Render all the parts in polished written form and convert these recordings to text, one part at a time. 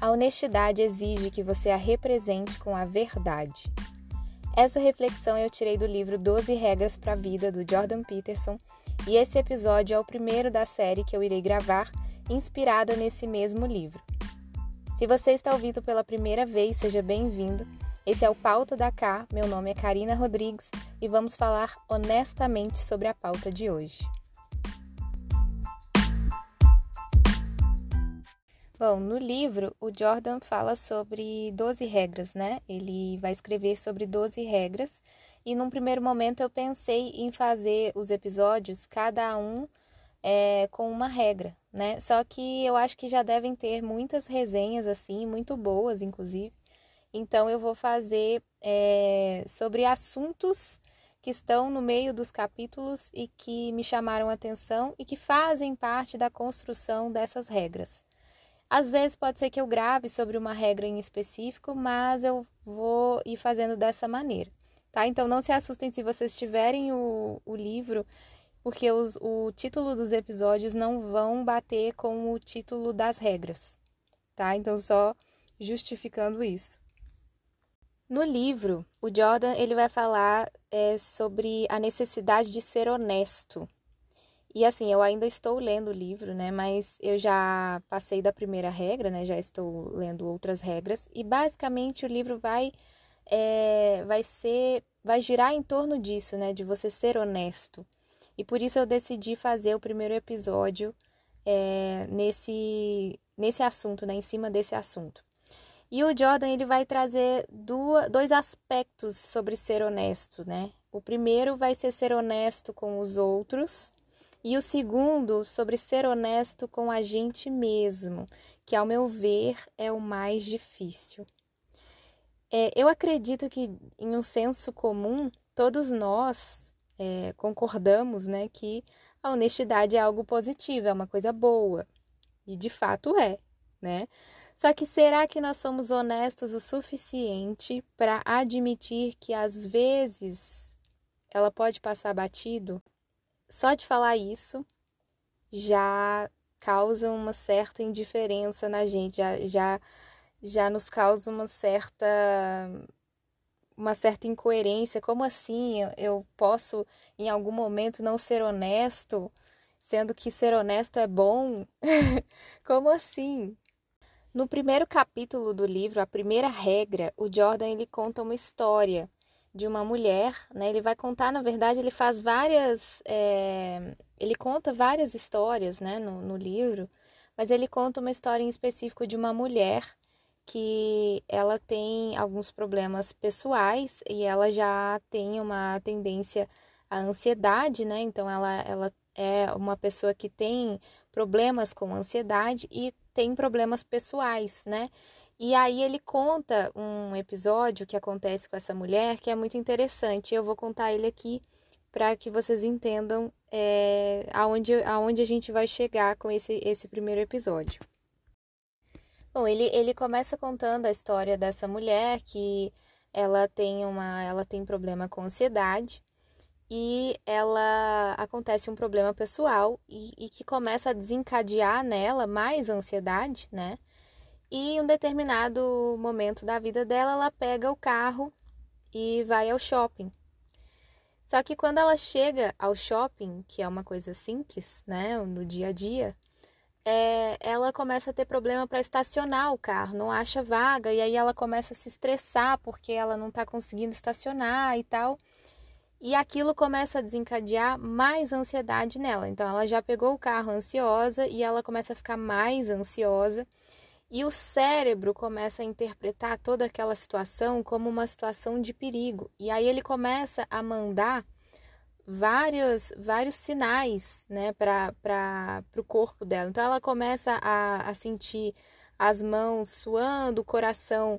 A honestidade exige que você a represente com a verdade. Essa reflexão eu tirei do livro 12 Regras para a Vida, do Jordan Peterson, e esse episódio é o primeiro da série que eu irei gravar, inspirada nesse mesmo livro. Se você está ouvindo pela primeira vez, seja bem-vindo. Esse é o Pauta da Cá, meu nome é Karina Rodrigues e vamos falar honestamente sobre a pauta de hoje. Bom, no livro, o Jordan fala sobre 12 regras, né? Ele vai escrever sobre 12 regras e num primeiro momento eu pensei em fazer os episódios, cada um com uma regra, né? Só que eu acho que já devem ter muitas resenhas assim, muito boas, inclusive. Então eu vou fazer sobre assuntos que estão no meio dos capítulos e que me chamaram a atenção e que fazem parte da construção dessas regras. Às vezes pode ser que eu grave sobre uma regra em específico, mas eu vou ir fazendo dessa maneira, tá? Então não se assustem se vocês tiverem o livro, porque o título dos episódios não vão bater com o título das regras, tá? Então só justificando isso. No livro, o Jordan ele vai falar sobre a necessidade de ser honesto. E assim, eu ainda estou lendo o livro, né? Mas eu já passei da primeira regra, né? Já estou lendo outras regras. E basicamente o livro vai girar em torno disso, né? De você ser honesto. E por isso eu decidi fazer o primeiro episódio nesse assunto, né? Em cima desse assunto. E o Jordan ele vai trazer dois aspectos sobre ser honesto, né? O primeiro vai ser honesto com os outros. E o segundo, sobre ser honesto com a gente mesmo, que, ao meu ver, é o mais difícil. Eu acredito que, em um senso comum, todos nós concordamos, né, que a honestidade é algo positivo, é uma coisa boa. E, de fato, é, né? Só que será que nós somos honestos o suficiente para admitir que, às vezes, ela pode passar batido? Só de falar isso já causa uma certa indiferença na gente, já nos causa uma certa incoerência. Como assim eu posso, em algum momento, não ser honesto, sendo que ser honesto é bom? Como assim? No primeiro capítulo do livro, a primeira regra, o Jordan ele conta uma história de uma mulher, né? Ele vai contar, na verdade, ele faz ele conta várias histórias, né, no livro, mas ele conta uma história em específico de uma mulher que ela tem alguns problemas pessoais e ela já tem uma tendência à ansiedade, né? Então ela é uma pessoa que tem problemas com ansiedade e tem problemas pessoais, né? E aí ele conta um episódio que acontece com essa mulher que é muito interessante. Eu vou contar ele aqui para que vocês entendam aonde a gente vai chegar com esse primeiro episódio. Bom, ele começa contando a história dessa mulher que ela tem problema com ansiedade e acontece um problema pessoal e que começa a desencadear nela mais ansiedade, né? E em um determinado momento da vida dela, ela pega o carro e vai ao shopping. Só que quando ela chega ao shopping, que é uma coisa simples, né, no dia a dia, ela começa a ter problema para estacionar o carro, não acha vaga, e aí ela começa a se estressar porque ela não está conseguindo estacionar e tal. E aquilo começa a desencadear mais ansiedade nela. Então ela já pegou o carro ansiosa e ela começa a ficar mais ansiosa. E o cérebro começa a interpretar toda aquela situação como uma situação de perigo. E aí ele começa a mandar vários sinais, né, para o corpo dela. Então ela começa a sentir as mãos suando, o coração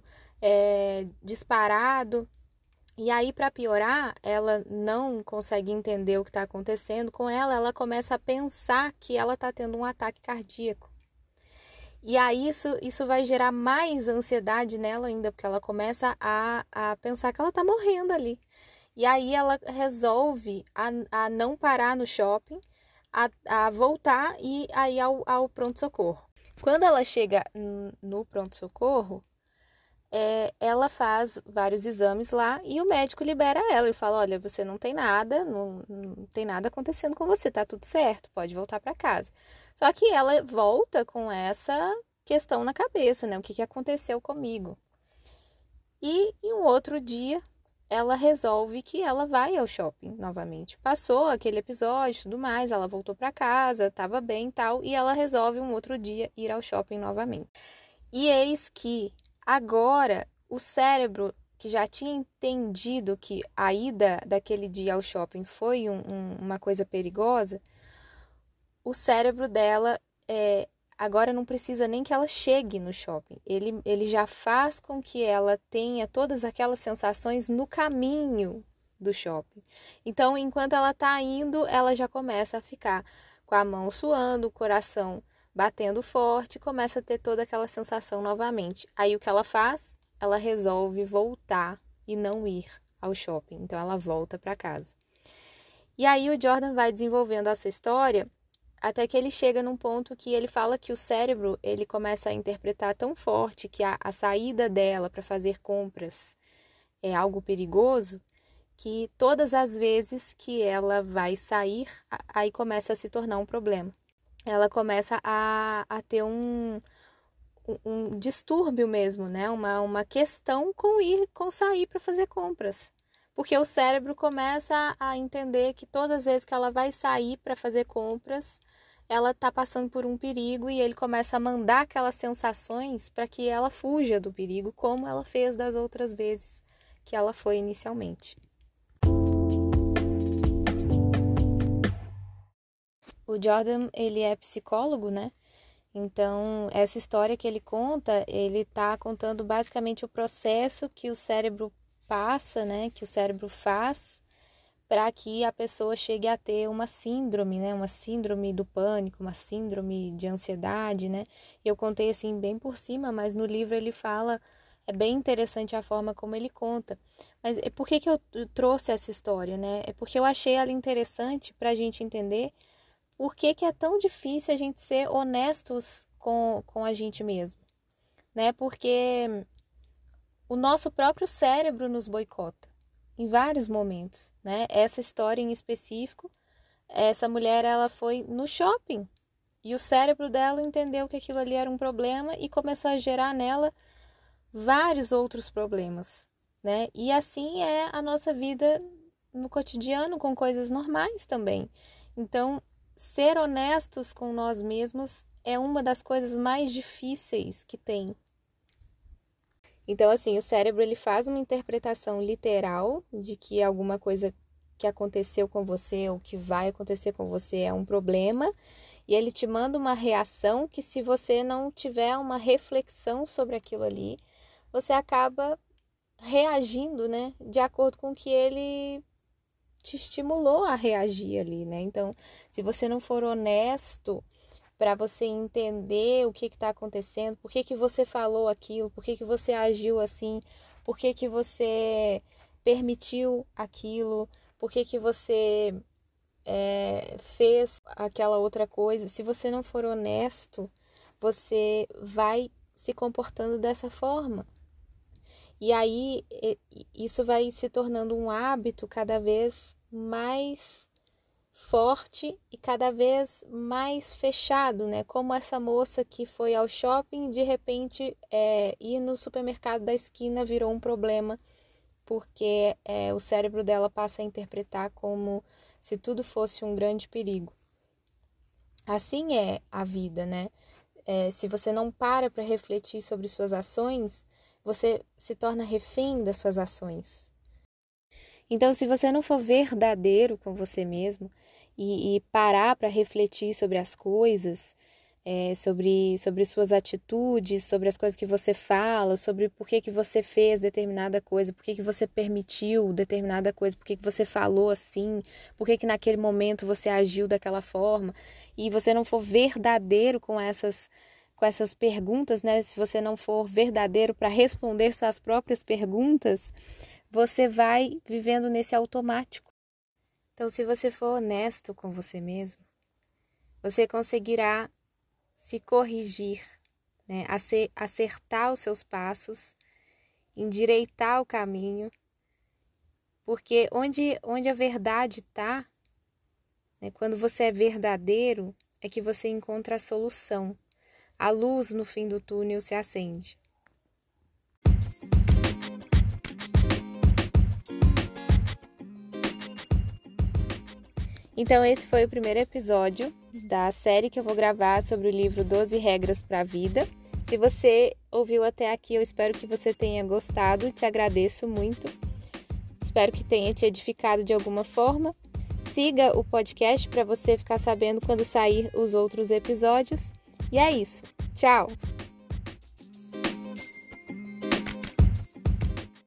disparado. E aí, para piorar, ela não consegue entender o que está acontecendo com ela. Ela começa a pensar que ela está tendo um ataque cardíaco. E aí isso vai gerar mais ansiedade nela ainda, porque ela começa a pensar que ela está morrendo ali. E aí ela resolve a não parar no shopping, a voltar e a ir ao pronto-socorro. Quando ela chega no pronto-socorro, ela faz vários exames lá e o médico libera ela. Ele fala, olha, você não tem nada, não tem nada acontecendo com você, tá tudo certo, pode voltar para casa. Só que ela volta com essa questão na cabeça, né? O que aconteceu comigo? E em um outro dia, ela resolve que ela vai ao shopping novamente. Passou aquele episódio e tudo mais, ela voltou para casa, estava bem e tal, e ela resolve um outro dia ir ao shopping novamente. E eis que agora o cérebro, que já tinha entendido que a ida daquele dia ao shopping foi uma coisa perigosa, o cérebro dela agora não precisa nem que ela chegue no shopping. Ele já faz com que ela tenha todas aquelas sensações no caminho do shopping. Então, enquanto ela está indo, ela já começa a ficar com a mão suando, o coração batendo forte, começa a ter toda aquela sensação novamente. Aí o que ela faz? Ela resolve voltar e não ir ao shopping. Então ela volta para casa. E aí o Jordan vai desenvolvendo essa história até que ele chega num ponto que ele fala que o cérebro ele começa a interpretar tão forte que a saída dela para fazer compras é algo perigoso, que todas as vezes que ela vai sair, aí começa a se tornar um problema. Ela começa a ter um distúrbio mesmo, né? Uma questão com sair para fazer compras. Porque o cérebro começa a entender que todas as vezes que ela vai sair para fazer compras, ela está passando por um perigo e ele começa a mandar aquelas sensações para que ela fuja do perigo, como ela fez das outras vezes que ela foi inicialmente. O Jordan, ele é psicólogo, né? Então, essa história que ele conta, ele está contando basicamente o processo que o cérebro passa, né? Que o cérebro faz para que a pessoa chegue a ter uma síndrome, né? Uma síndrome do pânico, uma síndrome de ansiedade, né? Eu contei assim bem por cima, mas no livro ele fala, é bem interessante a forma como ele conta. Mas por que eu trouxe essa história, né? É porque eu achei ela interessante para a gente entender por que é tão difícil a gente ser honestos com a gente mesmo, né? Porque o nosso próprio cérebro nos boicota em vários momentos, né? Essa história em específico, essa mulher, ela foi no shopping e o cérebro dela entendeu que aquilo ali era um problema e começou a gerar nela vários outros problemas, né? E assim é a nossa vida no cotidiano com coisas normais também. Então, ser honestos com nós mesmos é uma das coisas mais difíceis que tem. Então, assim, o cérebro ele faz uma interpretação literal de que alguma coisa que aconteceu com você ou que vai acontecer com você é um problema, e ele te manda uma reação que, se você não tiver uma reflexão sobre aquilo ali, você acaba reagindo, né, de acordo com o que ele te estimulou a reagir ali, né? Então, se você não for honesto para você entender o que está acontecendo, por que você falou aquilo, por que você agiu assim, por que você permitiu aquilo, por que você fez aquela outra coisa. Se você não for honesto, você vai se comportando dessa forma. E aí isso vai se tornando um hábito cada vez mais forte e cada vez mais fechado, né? Como essa moça que foi ao shopping, de repente ir no supermercado da esquina virou um problema, porque o cérebro dela passa a interpretar como se tudo fosse um grande perigo. Assim é a vida, né? Se você não para refletir sobre suas ações, você se torna refém das suas ações. Então, se você não for verdadeiro com você mesmo e parar para refletir sobre as coisas, sobre suas atitudes, sobre as coisas que você fala, sobre por que você fez determinada coisa, por que você permitiu determinada coisa, por que você falou assim, por que naquele momento você agiu daquela forma, e você não for verdadeiro com essas perguntas, né? Se você não for verdadeiro para responder suas próprias perguntas, você vai vivendo nesse automático. Então, se você for honesto com você mesmo, você conseguirá se corrigir, né? Acertar os seus passos, endireitar o caminho, porque onde a verdade está, né? Quando você é verdadeiro, é que você encontra a solução. A luz no fim do túnel se acende. Então esse foi o primeiro episódio da série que eu vou gravar sobre o livro 12 Regras para a Vida. Se você ouviu até aqui, eu espero que você tenha gostado, te agradeço muito. Espero que tenha te edificado de alguma forma. Siga o podcast para você ficar sabendo quando sair os outros episódios. E é isso. Tchau!